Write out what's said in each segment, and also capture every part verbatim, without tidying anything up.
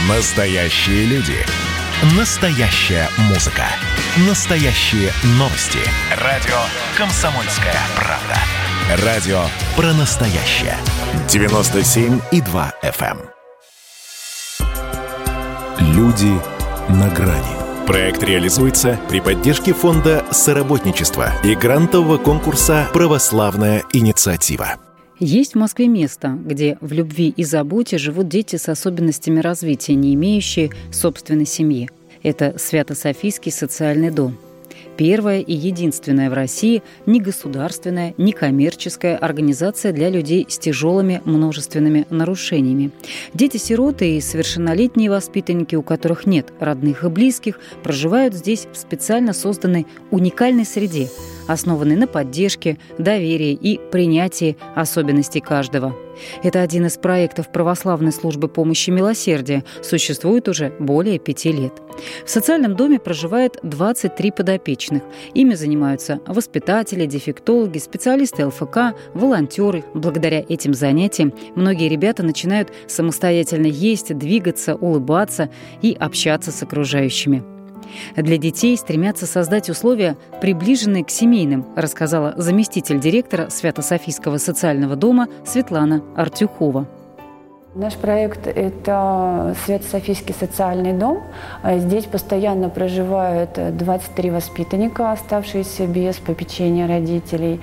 Настоящие люди. Настоящая музыка. Настоящие новости. Радио «Комсомольская правда». Радио про настоящее. девяносто семь и два эф эм. Люди на грани. Проект реализуется при поддержке фонда соработничества и грантового конкурса «Православная инициатива». Есть в Москве место, где в любви и заботе живут дети с особенностями развития, не имеющие собственной семьи. Это Свято-Софийский социальный дом. Первая и единственная в России негосударственная, некоммерческая организация для людей с тяжелыми множественными нарушениями. Дети-сироты и совершеннолетние воспитанники, у которых нет родных и близких, проживают здесь в специально созданной уникальной среде, основанной на поддержке, доверии и принятии особенностей каждого. Это один из проектов Православной службы помощи милосердия, существует уже более пяти лет. В социальном доме проживает двадцать три подопечных. Ими занимаются воспитатели, дефектологи, специалисты эл эф ка, волонтеры. Благодаря этим занятиям многие ребята начинают самостоятельно есть, двигаться, улыбаться и общаться с окружающими. Для детей стремятся создать условия, приближенные к семейным, рассказала заместитель директора Свято-Софийского социального дома Светлана Артюхова. Наш проект – это Свято-Софийский социальный дом. Здесь постоянно проживают двадцать три воспитанника, оставшиеся без попечения родителей.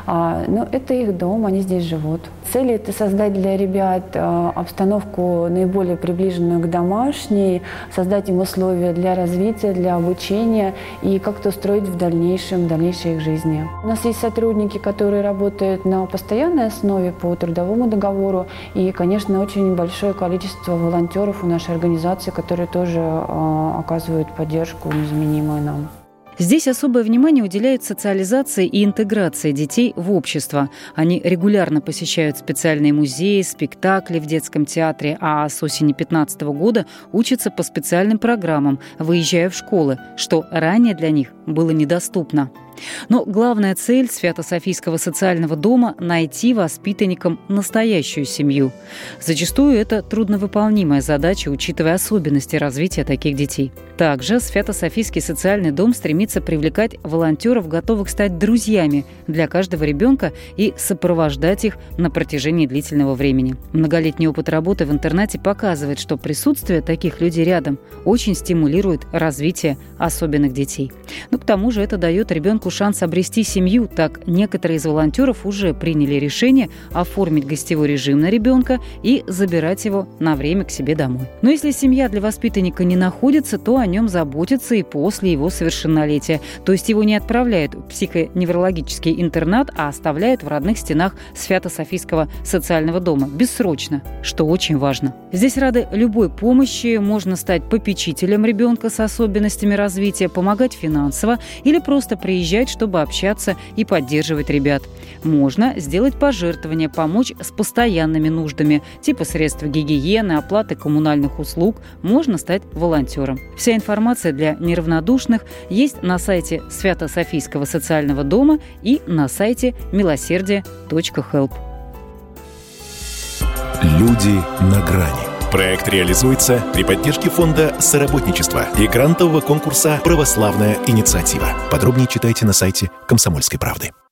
Но это их дом, они здесь живут. Цель – это создать для ребят обстановку наиболее приближенную к домашней, создать им условия для развития, для обучения и как-то устроить в дальнейшем, в дальнейшей их жизни. У нас есть сотрудники, которые работают на постоянной основе по трудовому договору, и, конечно, очень большое количество волонтеров у нашей организации, которые тоже э, оказывают поддержку незаменимую нам. Здесь особое внимание уделяют социализации и интеграции детей в общество. Они регулярно посещают специальные музеи, спектакли в детском театре, а с осени две тысячи пятнадцатого года учатся по специальным программам, выезжая в школы, что ранее для них было недоступно. Но главная цель Свято-Софийского социального дома – найти воспитанникам настоящую семью. Зачастую это трудновыполнимая задача, учитывая особенности развития таких детей. Также Свято-Софийский социальный дом стремится привлекать волонтеров, готовых стать друзьями для каждого ребенка и сопровождать их на протяжении длительного времени. Многолетний опыт работы в интернате показывает, что присутствие таких людей рядом очень стимулирует развитие особенных детей. Но к тому же это дает ребенку шанс обрести семью. Так, некоторые из волонтеров уже приняли решение оформить гостевой режим на ребенка и забирать его на время к себе домой. Но если семья для воспитанника не находится, то о нем заботятся и после его совершеннолетия. То есть его не отправляют в психоневрологический интернат, а оставляют в родных стенах Свято-Софийского социального дома бессрочно, что очень важно. Здесь рады любой помощи, можно стать попечителем ребенка с особенностями развития, помогать финансово или просто приезжать, чтобы общаться и поддерживать ребят. Можно сделать пожертвования, помочь с постоянными нуждами, типа средств гигиены, оплаты коммунальных услуг. Можно стать волонтером. Вся информация для неравнодушных есть на сайте Свято-Софийского социального дома и на сайте милосердие точка хелп. Люди на грани. Проект реализуется при поддержке фонда соработничества и грантового конкурса «Православная инициатива». Подробнее читайте на сайте «Комсомольской правды».